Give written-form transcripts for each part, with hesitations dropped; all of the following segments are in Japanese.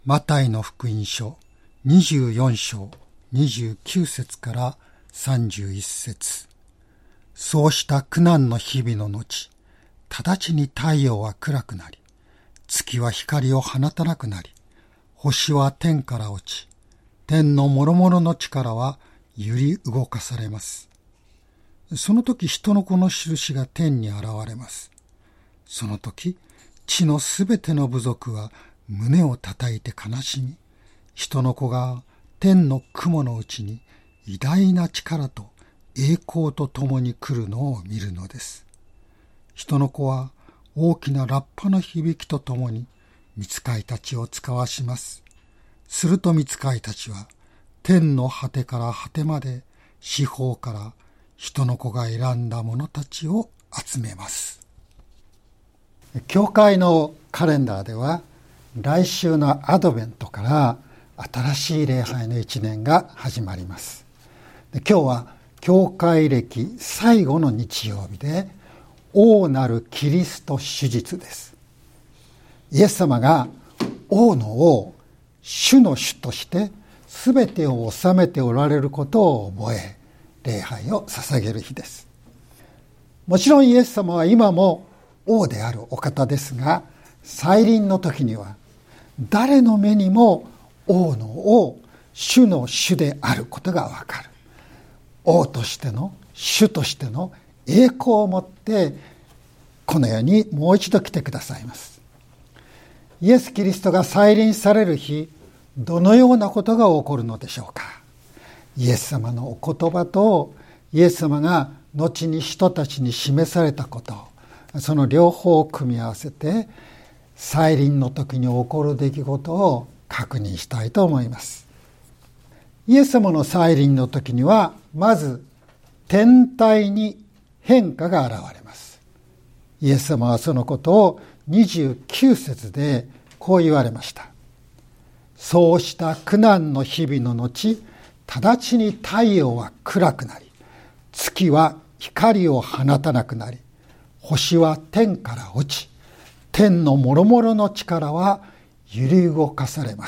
マタイの福音書24章29節から31節。そうした苦難の日々の後、直ちに太陽は暗くなり、月は光を放たなくなり、星は天から落ち、天の諸々の力は揺り動かされます。その時人の子の印が天に現れます。その時、地のすべての部族は胸を叩いて悲しみ、人の子が天の雲のうちに偉大な力と栄光とともに来るのを見るのです。人の子は大きなラッパの響きとともに御使いたちを遣わします。すると御使いたちは天の果てから果てまで四方から人の子が選んだ者たちを集めます。教会のカレンダーでは来週のアドベントから新しい礼拝の一年が始まります。今日は教会歴最後の日曜日で、王なるキリスト手術です。イエス様が王の王、主の主として全てを治めておられることを覚え、礼拝を捧げる日です。もちろんイエス様は今も王であるお方ですが、再臨の時には誰の目にも王の王、主の主であることがわかる。王としての、主としての栄光を持ってこの世にもう一度来てくださいます。イエス・キリストが再臨される日、どのようなことが起こるのでしょうか。イエス様のお言葉とイエス様が後に人たちに示されたこと、その両方を組み合わせて再臨の時に起こる出来事を確認したいと思います。イエス様の再臨の時にはまず天体に変化が現れます。イエス様はそのことを29節でこう言われました。そうした苦難の日々の後、直ちに太陽は暗くなり、月は光を放たなくなり、星は天から落ち、天の諸々の力は揺り動かされます。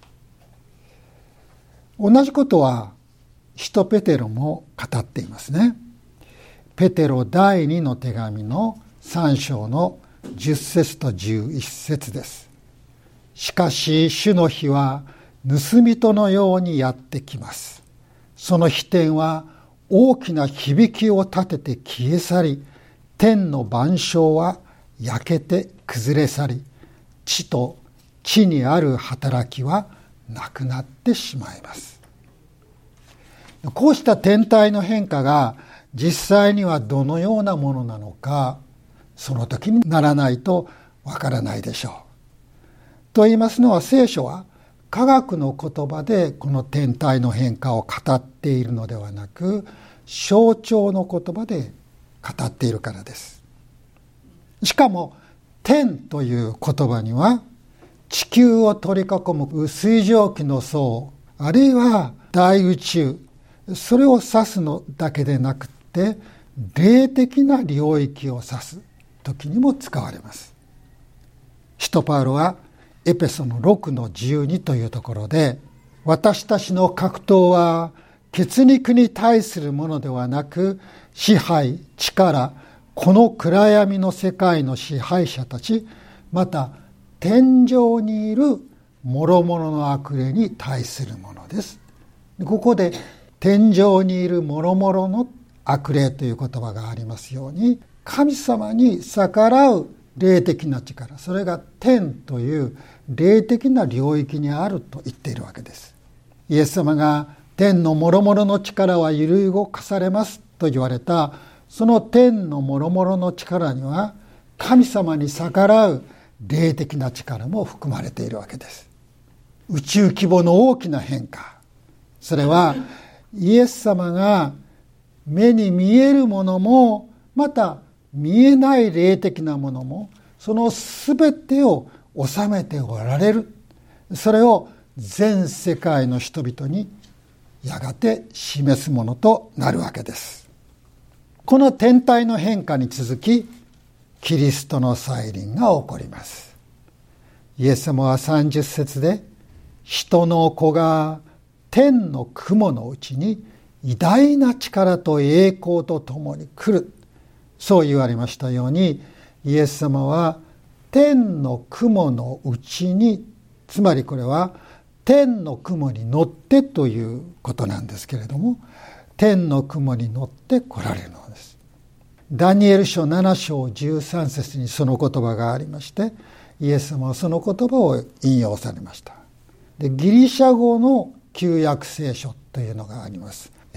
同じことは使徒ペテロも語っていますね。ペテロ第2の手紙の3章の10節と11節です。しかし主の日は盗人のようにやってきます。その飛天は大きな響きを立てて消え去り、天の万象は焼けて崩れ去り、地と地にある働きはなくなってしまいます。こうした天体の変化が実際にはどのようなものなのか、その時にならないとわからないでしょう。と言いますのは、聖書は科学の言葉でこの天体の変化を語っているのではなく、象徴の言葉で語っているからです。しかも天という言葉には地球を取り囲む水蒸気の層、あるいは大宇宙、それを指すのだけでなくて、霊的な領域を指す時にも使われます。使徒パウロはエペソの6の12というところで、私たちの格闘は血肉に対するものではなく、支配、力、この暗闇の世界の支配者たち、また天上にいる諸々の悪霊に対するものです。ここで天上にいる諸々の悪霊という言葉がありますように、神様に逆らう霊的な力、それが天という霊的な領域にあると言っているわけです。イエス様が天の諸々の力は揺り動かされますと言われた、その天の諸々の力には神様に逆らう霊的な力も含まれているわけです。宇宙規模の大きな変化、それはイエス様が目に見えるものも、また見えない霊的なものも、そのすべてを収めておられる。それを全世界の人々にやがて示すものとなるわけです。この天体の変化に続き、キリストの再臨が起こります。 イエス様は30節で、人の子が天の雲のうちに偉大な力と栄光とともに来る、そう言われましたように、イエス様は天の雲のうちに、つまりこれは天の雲に乗ってということなんですけれども、天の雲に乗って来られるのです。ダニエル書7章13節にその言葉がありまして、イエス様はその言葉を引用されました。で、ギリシャ語の旧約聖書というのがあります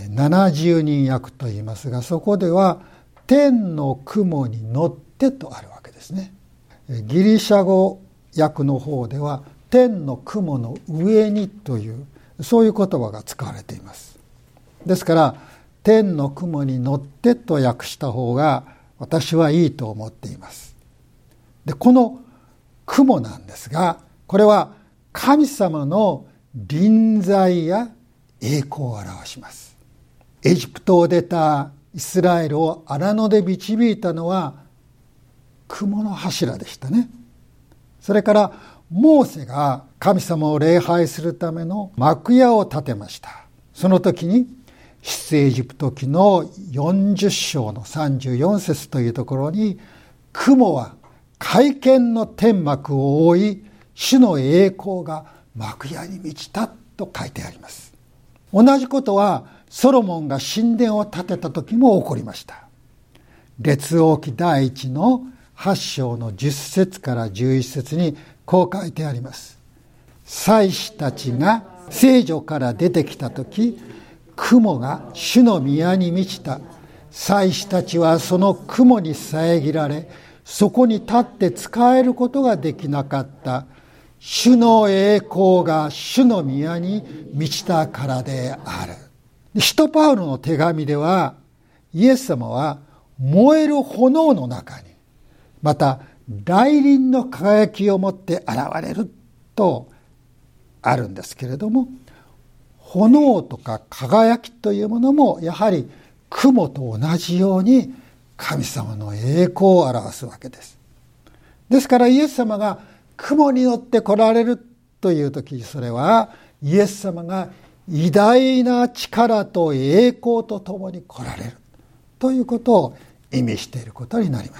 。70人訳と言いますが、そこでは天の雲に乗ってとあるわけですね。ギリシャ語訳の方では天の雲の上にという、そういう言葉が使われています。ですから天の雲に乗ってと訳した方が私はいいと思っています。で、この雲なんですが、これは神様の臨在や栄光を表します。エジプトを出たイスラエルを荒野で導いたのは雲の柱でしたね。それからモーセが神様を礼拝するための幕屋を建てました。その時に出エジプト記の40章の34節というところに、雲は会見の天幕を覆い、主の栄光が幕屋に満ちたと書いてあります。同じことはソロモンが神殿を建てた時も起こりました。列王記第1の8章の10節から11節にこう書いてあります。祭司たちが聖所から出てきた時、雲が主の宮に満ちた。祭司たちはその雲に遮られ、そこに立って仕えることができなかった。主の栄光が主の宮に満ちたからである。使徒パウロの手紙では、イエス様は燃える炎の中に、また雷臨の輝きをもって現れるとあるんですけれども、炎とか輝きというものもやはり雲と同じように神様の栄光を表すわけです。ですからイエス様が雲に乗って来られるという時、それはイエス様が偉大な力と栄光とともに来られるということを意味していることになります。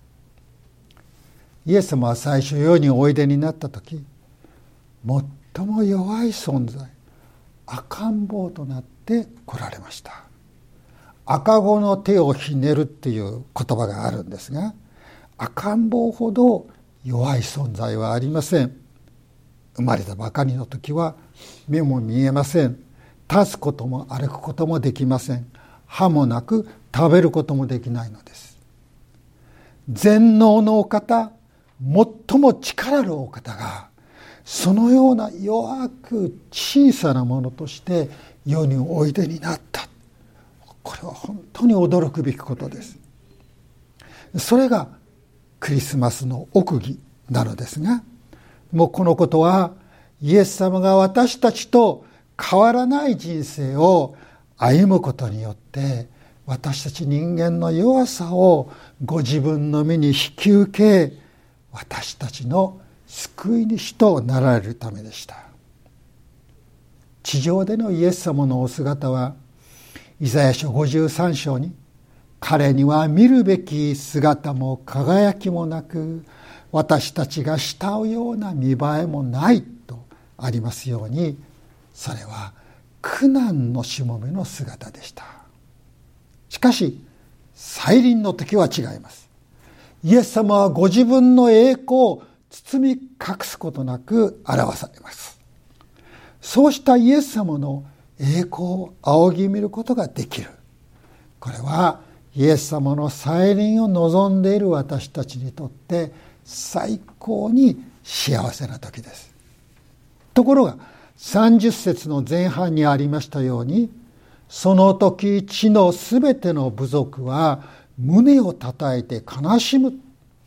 イエス様は最初世においでになった時、最も弱い存在、赤ん坊となって来られました。赤子の手をひねるっていう言葉があるんですが、赤ん坊ほど弱い存在はありません。生まれたばかりの時は目も見えません。立つことも歩くこともできません。歯もなく食べることもできないのです。全能のお方、最も力あるお方がそのような弱く小さなものとして世においでになった。これは本当に驚くべきことです。それがクリスマスの奥義なのですが、もうこのことはイエス様が私たちと変わらない人生を歩むことによって、私たち人間の弱さをご自分の身に引き受け、私たちの救い主となられるためでした。地上でのイエス様のお姿は、イザヤ書53章に、彼には見るべき姿も輝きもなく、私たちが慕うような見栄えもないとありますように、それは苦難のしもべの姿でした。しかし再臨の時は違います。イエス様はご自分の栄光を包み隠すことなく表されます。そうしたイエス様の栄光を仰ぎ見ることができる。これはイエス様の再臨を望んでいる私たちにとって最高に幸せな時です。ところが30節の前半にありましたように、その時地のすべての部族は胸を叩いて悲しむ。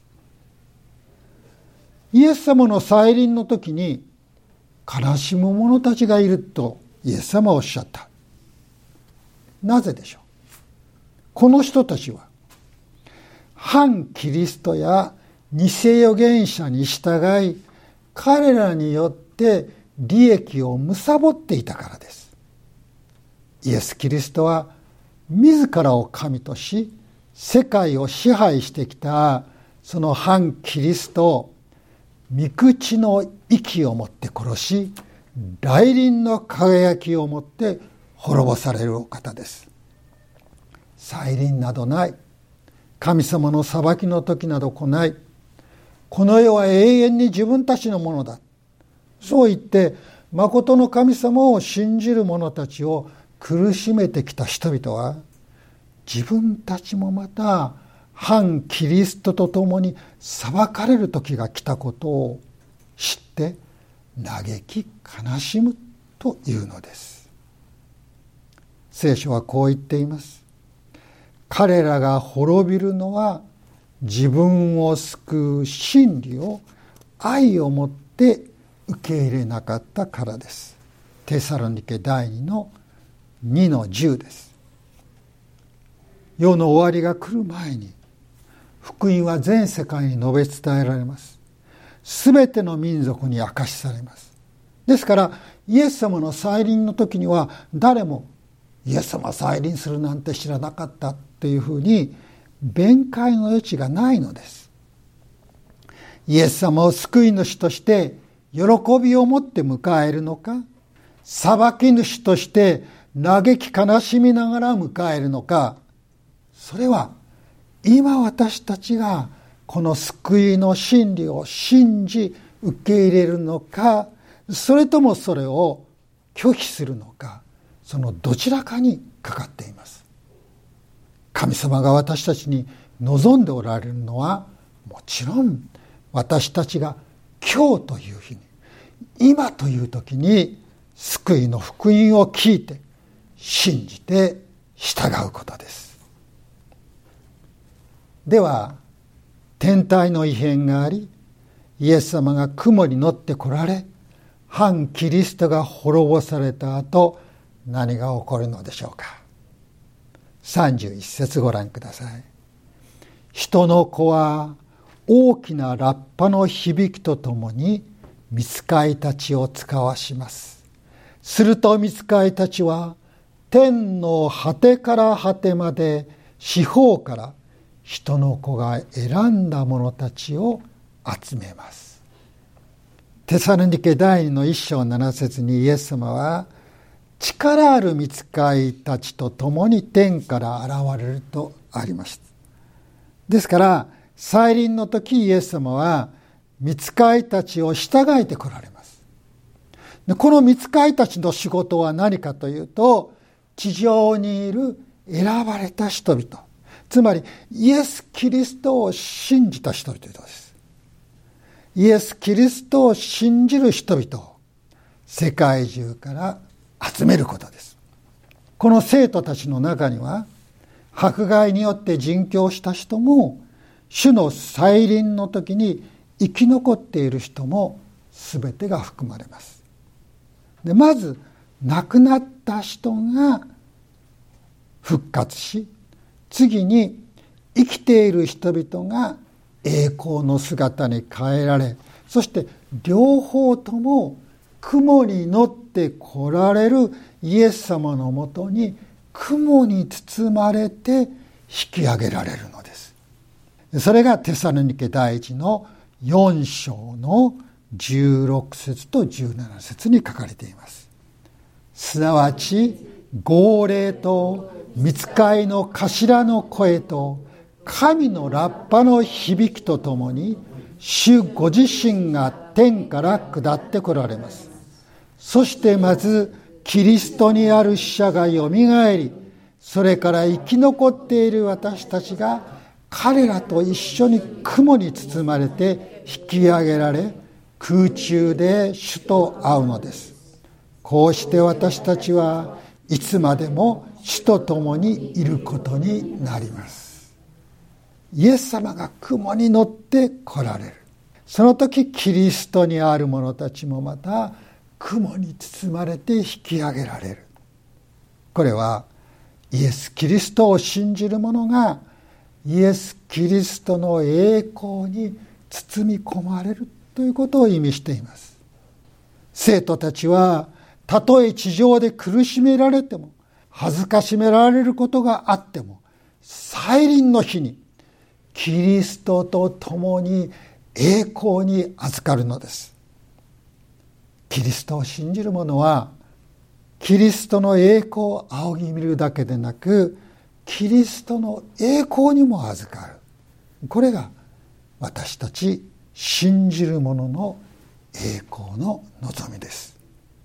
イエス様の再臨の時に悲しむ者たちがいるとイエス様はおっしゃった。なぜでしょう。この人たちは反キリストや偽預言者に従い、 彼らによって利益を貪っていたからです。イエス・キリストは自らを神とし、世界を支配してきたその反キリストを御口の息をもって殺し、来臨の輝きをもって滅ぼされるお方です。再臨などない。神様の裁きの時など来ない。この世は永遠に自分たちのものだ。そう言って、誠の神様を信じる者たちを苦しめてきた人々は、自分たちもまた反キリストと共に裁かれる時が来たことを知って嘆き悲しむというのです。聖書はこう言っています。彼らが滅びるのは自分を救う真理を愛をもって受け入れなかったからです。テサロニケ第2の2の10です。世の終わりが来る前に福音は全世界に述べ伝えられます。すべての民族に明かしされます。ですからイエス様の再臨の時には誰もイエス様は再臨するなんて知らなかったっていうふうに弁解の余地がないのです。イエス様を救い主として喜びを持って迎えるのか、裁き主として嘆き悲しみながら迎えるのか、それは今私たちがこの救いの真理を信じ受け入れるのか、それともそれを拒否するのか、そのどちらかにかかっています。神様が私たちに望んでおられるのは、もちろん私たちが今日という日に、今という時に救いの福音を聞いて信じて従うことです。では天体の異変があり、イエス様が雲に乗って来られ、反キリストが滅ぼされた後、何が起こるのでしょうか。31節ご覧ください。人の子は大きなラッパの響きとともに御使いたちを遣わします。すると御使いたちは天の果てから果てまで四方から人の子が選んだ者たちを集めます。テサロニケ第2の1章7節にイエス様は、力ある御使いたちと共に天から現れるとありました。ですから再臨の時、イエス様は御使いたちを従えて来られます。でこの御使いたちの仕事は何かというと、地上にいる選ばれた人々、つまりイエス・キリストを信じた人々です。イエス・キリストを信じる人々を世界中から集めることです。この生徒たちの中には、迫害によって殉教した人も、主の再臨の時に生き残っている人も全てが含まれます。でまず亡くなった人が復活し、次に生きている人々が栄光の姿に変えられ、そして両方とも雲に乗って来られるイエス様のもとに雲に包まれて引き上げられるのです。それがテサロニケ第1の4章の16節と17節に書かれています。すなわち号令と御使いの頭の声と神のラッパの響きとともに、主ご自身が天から下って来られます。そしてまずキリストにある死者がよみがえり、それから生き残っている私たちが彼らと一緒に雲に包まれて引き上げられ、空中で主と会うのです。こうして私たちはいつまでも主と共にいることになります。イエス様が雲に乗って来られる。その時キリストにある者たちもまた雲に包まれて引き上げられる。これはイエス・キリストを信じる者がイエス・キリストの栄光に包み込まれるということを意味しています。生徒たちはたとえ地上で苦しめられても、恥ずかしめられることがあっても、再臨の日にキリストと共に栄光に預かるのです。キリストを信じる者は、キリストの栄光を仰ぎ見るだけでなく、キリストの栄光にも預かる。これが私たち信じる者の栄光の望みです。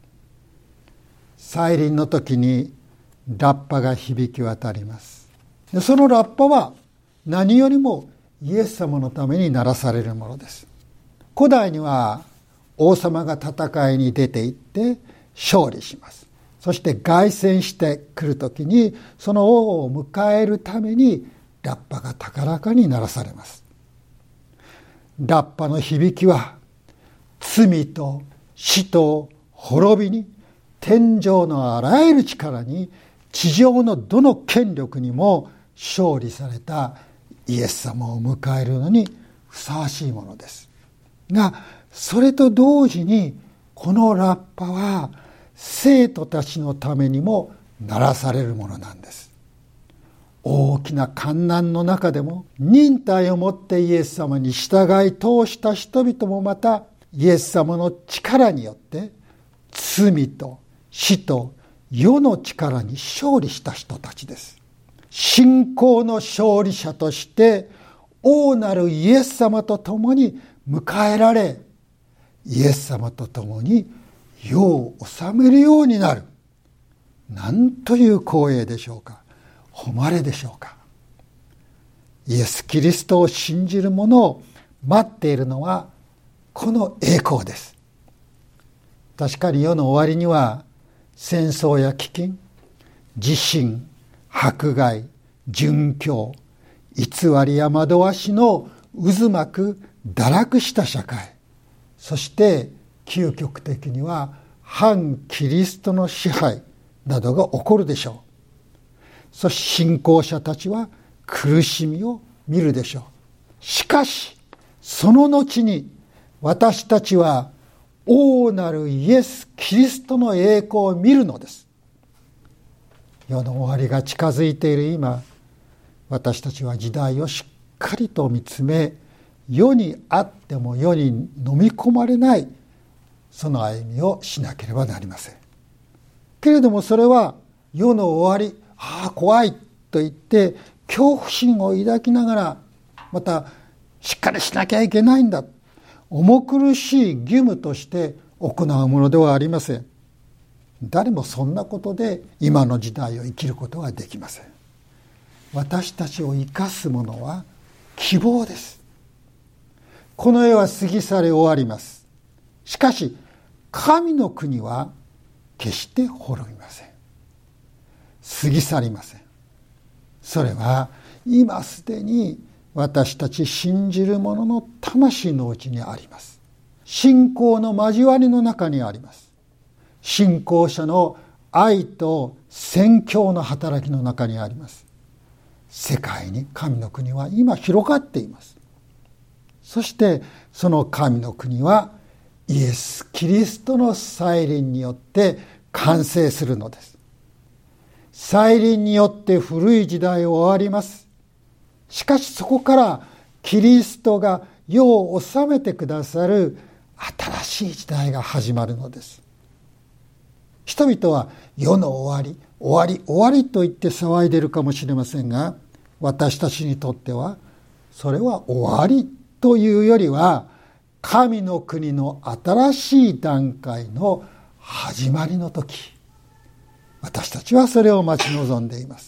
再臨の時にラッパが響き渡ります。でそのラッパは何よりもイエス様のために鳴らされるものです。古代には王様が戦いに出て行って勝利します。そして凱旋してくるときにその王を迎えるためにラッパが高らかに鳴らされます。ラッパの響きは罪と死と滅びに、天上のあらゆる力に、地上のどの権力にも勝利されたイエス様を迎えるのにふさわしいものです。が、それと同時にこのラッパは生徒たちのためにも鳴らされるものなんです。大きな患難の中でも忍耐をもってイエス様に従い通した人々もまたイエス様の力によって罪と死と世の力に勝利した人たちです。信仰の勝利者として王なるイエス様と共に迎えられ、イエス様と共に世を治めるようになる。なんという光栄でしょうか。誉れでしょうか。イエス・キリストを信じる者を待っているのはこの栄光です。確かに世の終わりには戦争や飢饉、地震、迫害、殉教、偽りや惑わしの渦巻く堕落した社会、そして究極的には反キリストの支配などが起こるでしょう。そして信仰者たちは苦しみを見るでしょう。しかしその後に私たちは王なるイエス・キリストの栄光を見るのです。世の終わりが近づいている今、私たちは時代をしっかりと見つめ、世にあっても世に飲み込まれないその歩みをしなければなりません。けれどもそれは世の終わり、怖いと言って恐怖心を抱きながら、またしっかりしなきゃいけないんだ、重苦しい義務として行うものではありません。誰もそんなことで今の時代を生きることはできません。私たちを生かすものは希望です。この世は過ぎ去り終わります。しかし神の国は決して滅びません。過ぎ去りません。それは今すでに私たち信じる者の魂のうちにあります。信仰の交わりの中にあります。信仰者の愛と宣教の働きの中にあります。世界に神の国は今広がっています。そしてその神の国はイエス・キリストの再臨によって完成するのです。再臨によって古い時代を終わります。しかしそこからキリストが世を治めてくださる新しい時代が始まるのです。人々は世の終わり、終わり、終わりと言って騒いでいるかもしれませんが、私たちにとってはそれは終わりというよりは神の国の新しい段階の始まりの時、私たちはそれを待ち望んでいます。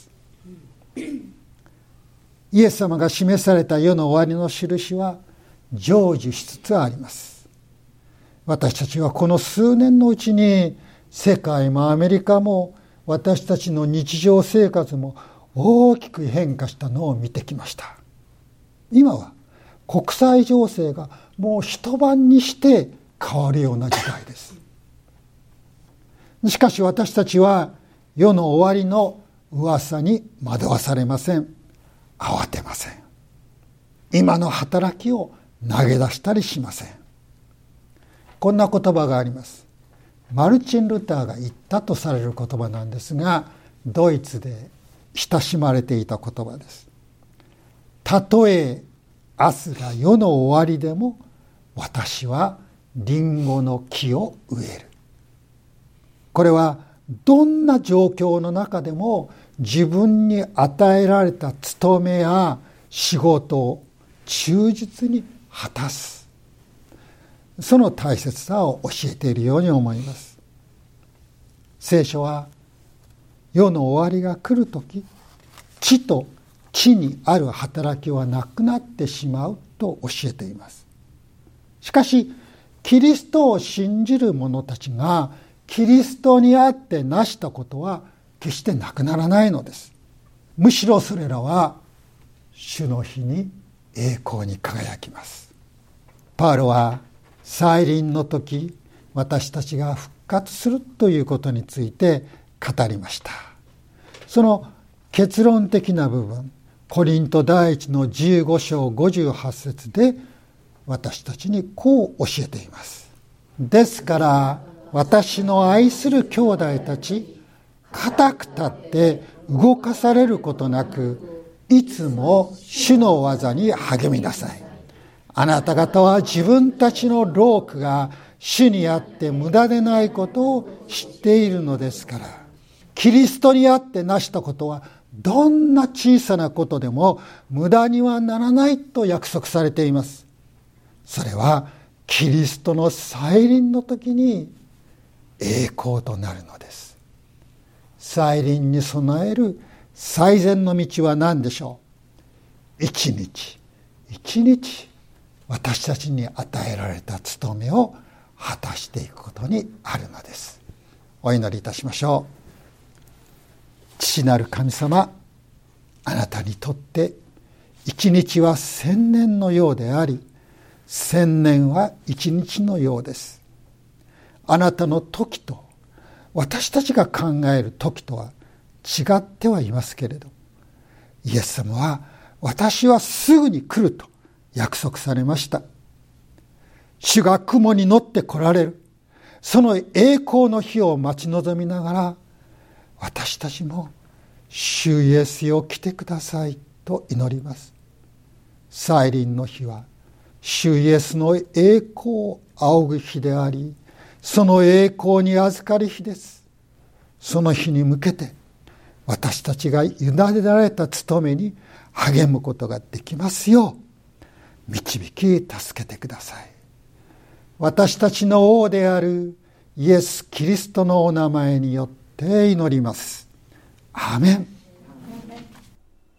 イエス様が示された世の終わりの印は成就しつつあります。私たちはこの数年のうちに世界もアメリカも私たちの日常生活も大きく変化したのを見てきました。今は国際情勢がもう一晩にして変わるような時代です。しかし私たちは世の終わりの噂に惑わされません。慌てません。今の働きを投げ出したりしません。 こんな言葉があります。マルチン・ルターが言ったとされる言葉なんですが、ドイツで親しまれていた言葉です。たとえ明日が世の終わりでも、私はリンゴの木を植える。これはどんな状況の中でも自分に与えられた務めや仕事を忠実に果たす、その大切さを教えているように思います。聖書は世の終わりが来るとき、地と地にある働きはなくなってしまうと教えています。しかしキリストを信じる者たちがキリストにあって成したことは決してなくならないのです。むしろそれらは主の日に栄光に輝きます。パウロは再臨の時、私たちが復活するということについて語りました。その結論的な部分、コリント第一の15章58節で私たちにこう教えています。ですから私の愛する兄弟たち、固く立って動かされることなく、いつも主の技に励みなさい。あなた方は自分たちの労苦が主にあって無駄でないことを知っているのですから。キリストにあって成したことはどんな小さなことでも無駄にはならないと約束されています。それはキリストの再臨の時に栄光となるのです。再臨に備える最善の道は何でしょう。一日一日私たちに与えられた務めを果たしていくことにあるのです。お祈りいたしましょう。父なる神様、あなたにとって一日は千年のようであり、千年は一日のようです。あなたの時と私たちが考える時とは違ってはいますけれど、イエス様は私はすぐに来ると約束されました。主が雲に乗って来られる、その栄光の日を待ち望みながら、私たちも主イエスよ来てくださいと祈ります。再臨の日は主イエスの栄光を仰ぐ日であり、その栄光に預かる日です。その日に向けて私たちが委ねられた務めに励むことができますよう導き助けてください。私たちの王であるイエス・キリストのお名前によって祈ります。アーメン。